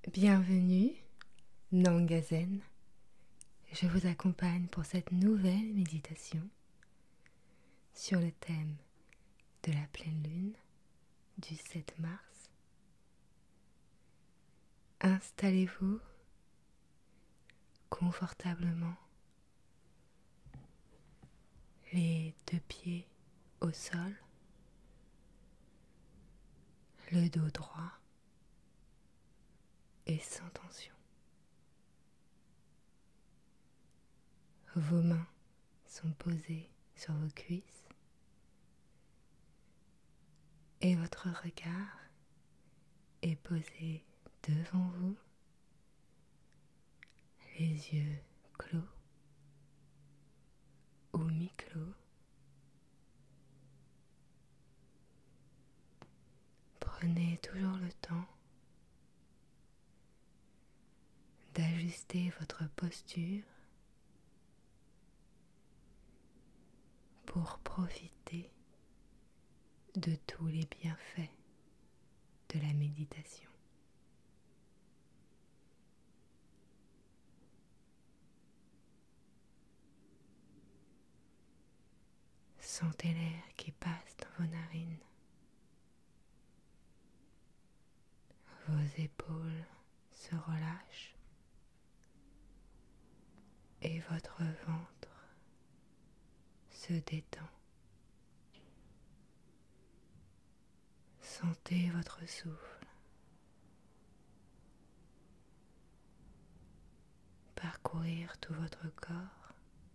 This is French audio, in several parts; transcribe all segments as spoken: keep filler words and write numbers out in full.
Bienvenue, Nangazen. Je vous accompagne pour cette nouvelle méditation sur le thème de la pleine lune du sept mars. Installez-vous confortablement, les deux pieds au sol, le dos droit et sans tension. Vos mains sont posées sur vos cuisses et votre regard est posé devant vous, les yeux clos ou mi-clos. Prenez toujours le temps d'ajuster votre posture pour profiter de tous les bienfaits de la méditation. Sentez l'air qui passe dans vos narines. Vos épaules se relâchent et votre ventre se détend. Sentez votre souffle parcourir tout votre corps.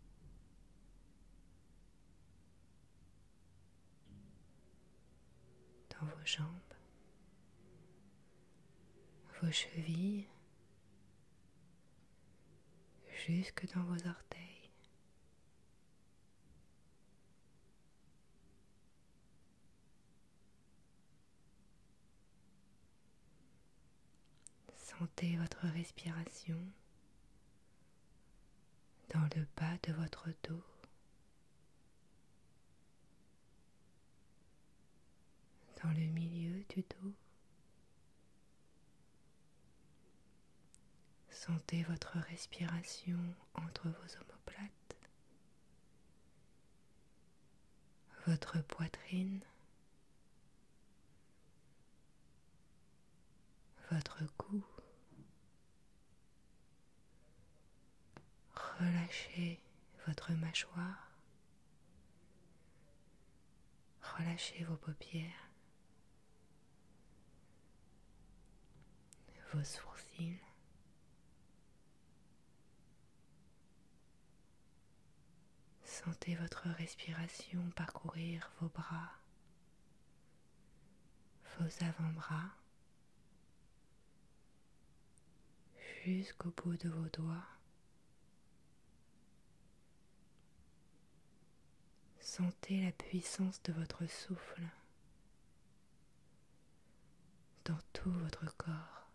Dans vos jambes, vos chevilles, jusque dans vos orteils. Sentez votre respiration dans le bas de votre dos, dans le milieu du dos. Sentez votre respiration entre vos omoplates, votre poitrine, votre cou. Relâchez votre mâchoire, relâchez vos paupières, vos sourcils. Sentez votre respiration parcourir vos bras, vos avant-bras, jusqu'au bout de vos doigts. Sentez la puissance de votre souffle dans tout votre corps.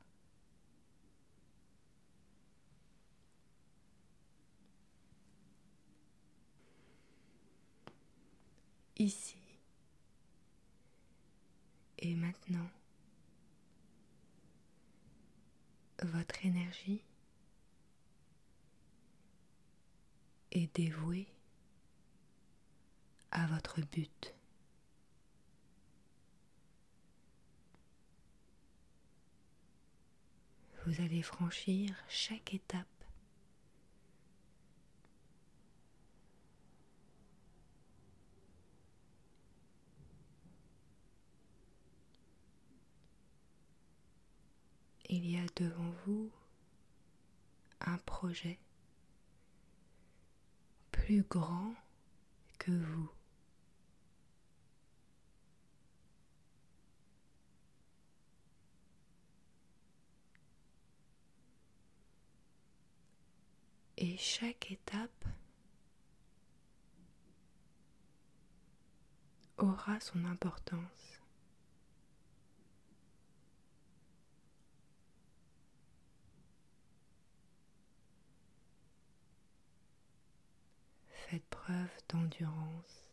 Ici et maintenant, votre énergie est dévouée à votre but. Vous allez franchir chaque étape il y a devant vous un projet plus grand que vous. Et chaque étape aura son importance. Faites preuve d'endurance.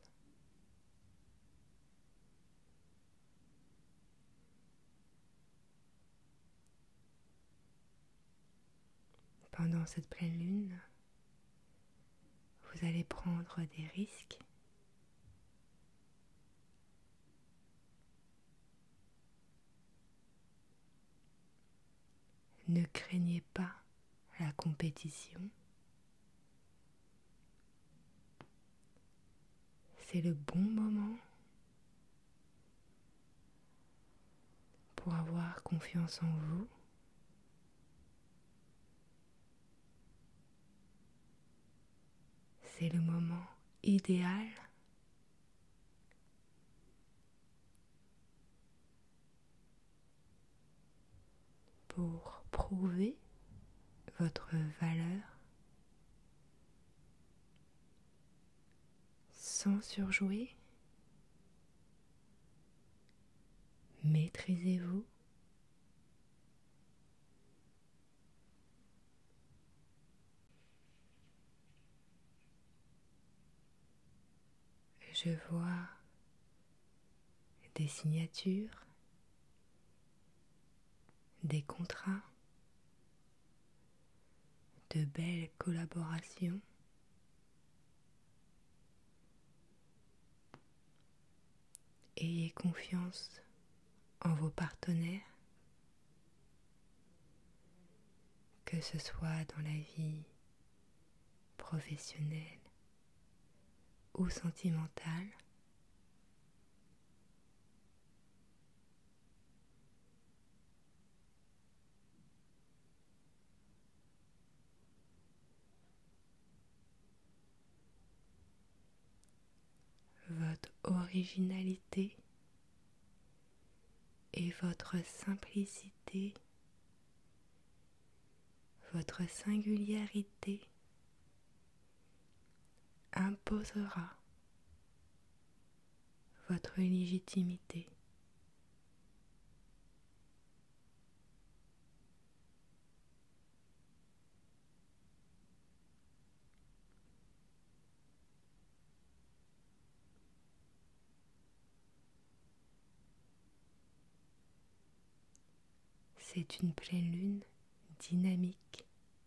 pendant cette pleine lune, vous allez prendre des risques. Ne craignez pas la compétition. C'est le bon moment pour avoir confiance en vous. C'est le moment idéal pour prouver votre valeur sans surjouer. Maîtrisez-vous. Je vois des signatures, des contrats, de belles collaborations. Ayez confiance en vos partenaires, que ce soit dans la vie professionnelle ou sentimentale. Votre originalité et votre simplicité, votre singularité imposera votre légitimité. C'est une pleine lune dynamique.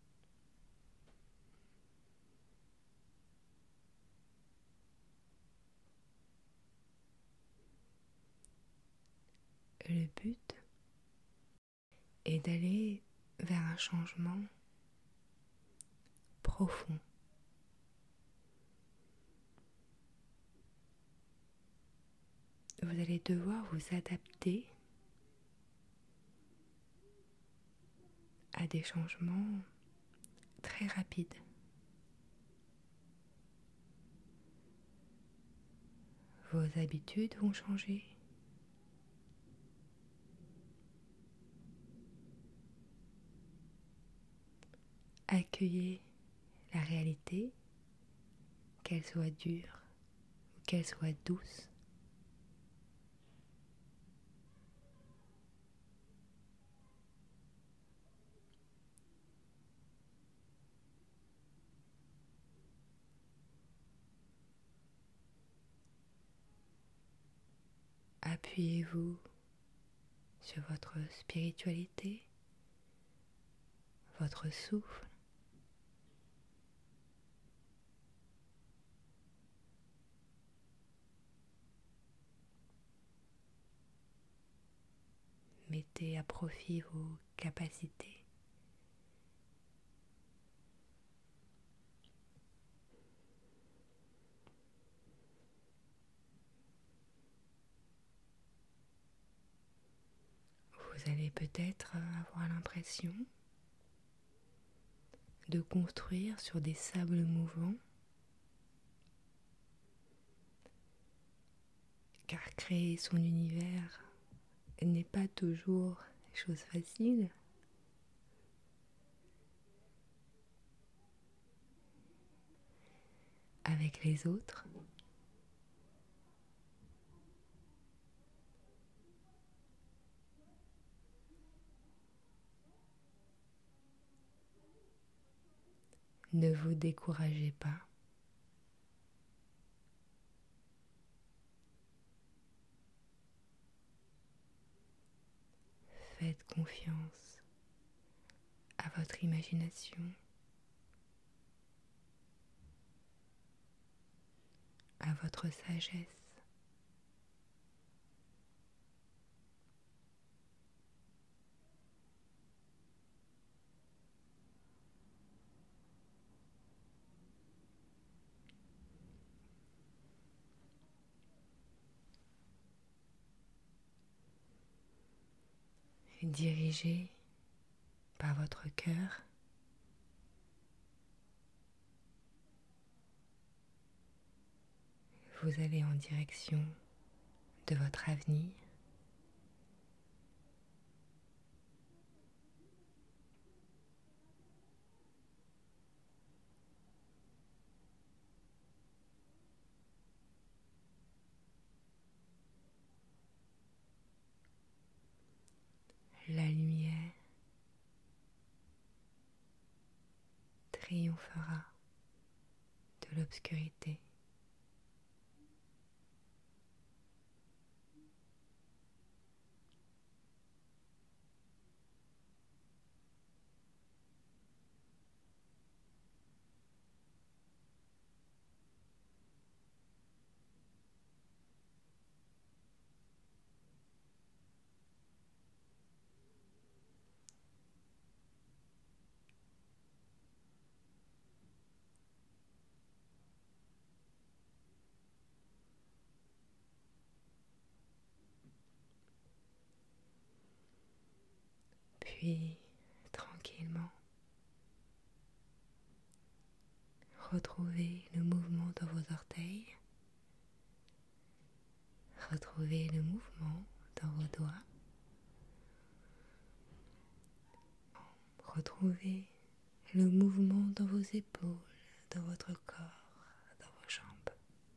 Le but est d'aller vers un changement profond. Vous allez devoir vous adapter à des changements très rapides. Vos habitudes vont changer. Accueillez la réalité, qu'elle soit dure ou qu'elle soit douce. Appuyez-vous sur votre spiritualité, votre souffle. Mettez à profit vos capacités. Vous allez peut-être avoir l'impression de construire sur des sables mouvants, car créer son univers n'est pas toujours chose facile. Avec les autres, ne vous découragez pas. Faites confiance à votre imagination à votre sagesse. Et dirigé par votre cœur, vous allez en direction de votre avenir. La lumière triomphera de l'obscurité. Puis, tranquillement, retrouvez le mouvement dans vos orteils. Retrouvez le mouvement dans vos doigts. Retrouvez le mouvement dans vos épaules, dans votre corps, dans vos jambes.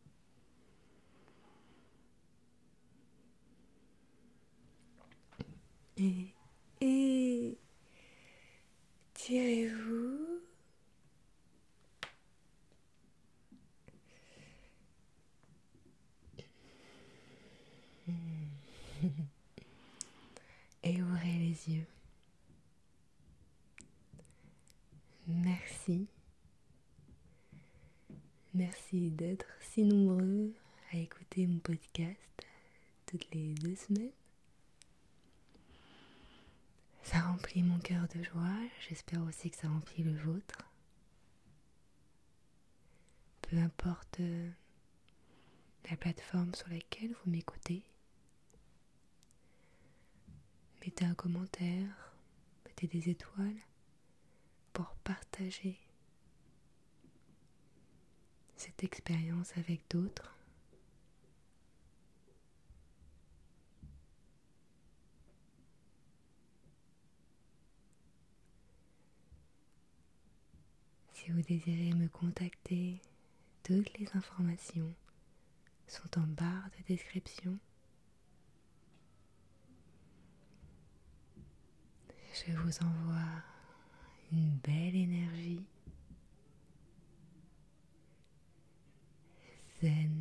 Et, et tirez-vous. Et ouvrez les yeux. Merci. Merci d'être si nombreux à écouter mon podcast toutes les deux semaines. Ça remplit mon cœur de joie, j'espère aussi que ça remplit le vôtre. Peu importe la plateforme sur laquelle vous m'écoutez, mettez un commentaire, mettez des étoiles pour partager cette expérience avec d'autres. Si vous désirez me contacter, toutes les informations sont en barre de description. Je vous envoie une belle énergie zen